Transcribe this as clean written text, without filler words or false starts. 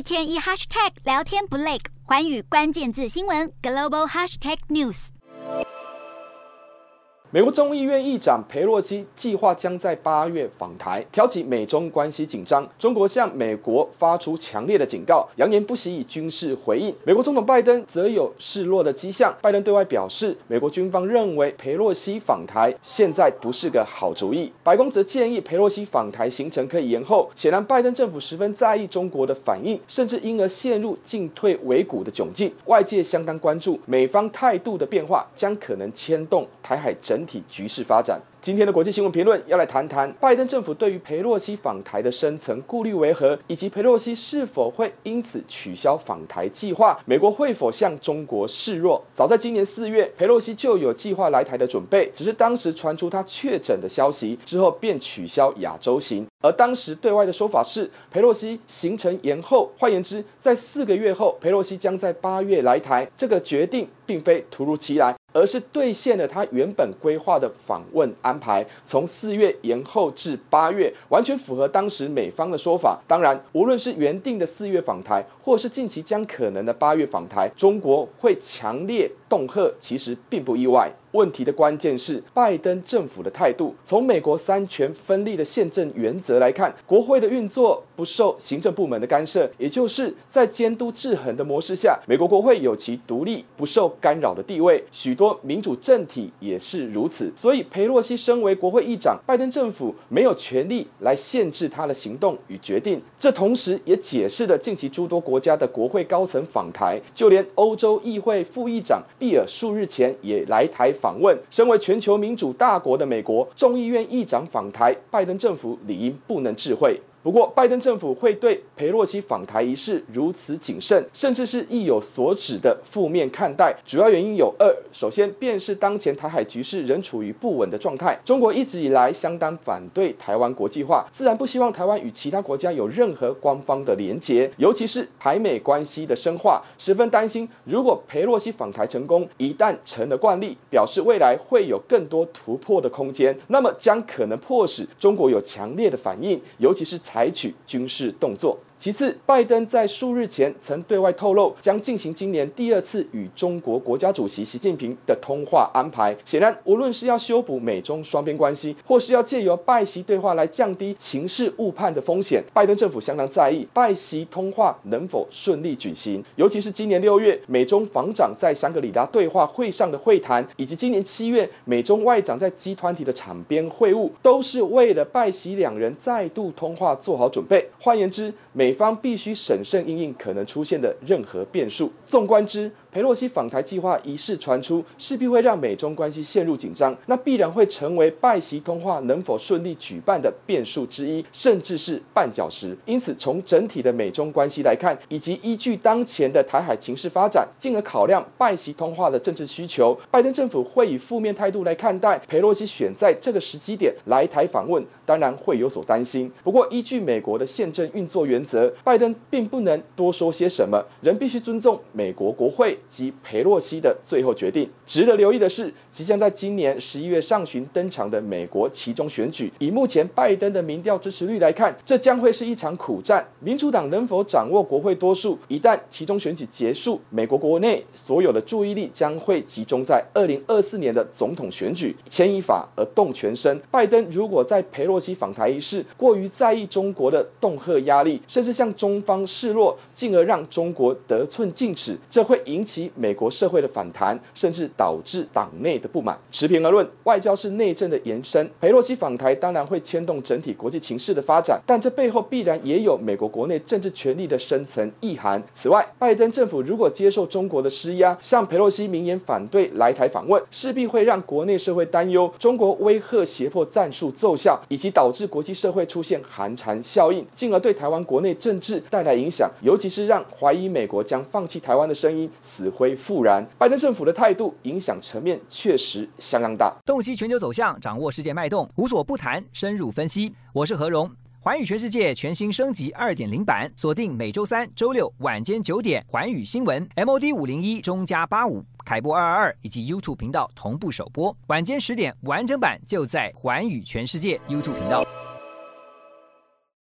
天一 hashtag 聊天不累，寰宇关键字新闻 global hashtag news。 美国众议院议长裴洛西计划将在8月访台，挑起美中关系紧张。中国向美国发出强烈的警告，扬言不惜以军事回应。美国总统拜登则有示弱的迹象。拜登对外表示，美国军方认为裴洛西访台现在不是个好主意。白宫则建议裴洛西访台行程可以延后。显然，拜登政府十分在意中国的反应，甚至因而陷入进退维谷的窘境。外界相当关注美方态度的变化，将可能牵动台海整体局势发展。今天的国际新闻评论要来谈谈拜登政府对于裴洛西访台的深层顾虑为何，以及裴洛西是否会因此取消访台计划，美国会否向中国示弱。早在今年4月，裴洛西就有计划来台的准备，只是当时传出他确诊的消息之后便取消亚洲行，而当时对外的说法是裴洛西行程延后，换言之，在4个月后，裴洛西将在8月来台。这个决定并非突如其来，而是兑现了他原本规划的访问安排，从4月延后至8月，完全符合当时美方的说法。当然，无论是原定的4月访台，或是近期将可能的8月访台，中国会强烈恫吓，其实并不意外。问题的关键是拜登政府的态度。从美国三权分立的宪政原则来看，国会的运作不受行政部门的干涉，也就是在监督制衡的模式下，美国国会有其独立不受干扰的地位，许多民主政体也是如此。所以裴洛西身为国会议长，拜登政府没有权利来限制他的行动与决定。这同时也解释了近期诸多国家的国会高层访台，就连欧洲议会副议长毕尔数日前也来台访问。身为全球民主大国的美国众议院议长访台，拜登政府理应不能置喙。不过，拜登政府会对裴洛西访台一事如此谨慎，甚至是意有所指的负面看待，主要原因有2。首先，便是当前台海局势仍处于不稳的状态，中国一直以来相当反对台湾国际化，自然不希望台湾与其他国家有任何官方的连结，尤其是台美关系的深化，十分担心，如果裴洛西访台成功，一旦成了惯例，表示未来会有更多突破的空间，那么将可能迫使中国有强烈的反应，尤其是采取军事动作。其次，拜登在数日前曾对外透露，将进行今年第2次与中国国家主席习近平的通话安排。显然，无论是要修补美中双边关系，或是要借由拜习对话来降低情势误判的风险，拜登政府相当在意拜习通话能否顺利举行。尤其是今年6月，美中防长在香格里拉对话会上的会谈，以及今年7月美中外长在G20的场边会晤，都是为了拜习两人再度通话做好准备。换言之，美方必须审慎因应可能出现的任何变数。纵观之，裴洛西访台计划一事传出，势必会让美中关系陷入紧张，那必然会成为拜习通话能否顺利举办的变数之一，甚至是绊脚石。因此，从整体的美中关系来看，以及依据当前的台海情势发展，进而考量拜习通话的政治需求，拜登政府会以负面态度来看待裴洛西选在这个时机点来台访问，当然会有所担心。不过，依据美国的宪政运作原则，拜登并不能多说些什么，仍必须尊重美国国会及裴洛西的最后决定。值得留意的是，即将在今年11月上旬登场的美国期中选举，以目前拜登的民调支持率来看，这将会是一场苦战。民主党能否掌握国会多数？一旦期中选举结束，美国国内所有的注意力将会集中在2024年的总统选举，牵一发而动全身。拜登如果在裴洛西访台一事过于在意中国的恫吓压力，甚至向中方示弱，进而让中国得寸进尺，这会引起美国社会的反弹，甚至导致党内的不满。持平而论，外交是内政的延伸，裴洛西访台当然会牵动整体国际情势的发展，但这背后必然也有美国国内政治权力的深层意涵。此外，拜登政府如果接受中国的施压，向裴洛西明言反对来台访问，势必会让国内社会担忧中国威吓胁迫战术奏效，以及导致国际社会出现寒蝉效应，进而对台湾国内政治带来影响，尤其是让怀疑美国将放弃台湾的声音死灰复燃。拜登政府的态度影响层面确实相当大。 洞悉全球走向，掌握世界脉动，无所不谈，深入分析。我是何荣。寰宇全世界全新升级 2.0 版，锁定每周3、周6晚间9点，寰宇新闻 MOD 501中加85凯播222以及 YouTube 频道同步首播，晚间10点完整版就在寰宇全世界 YouTube 频道。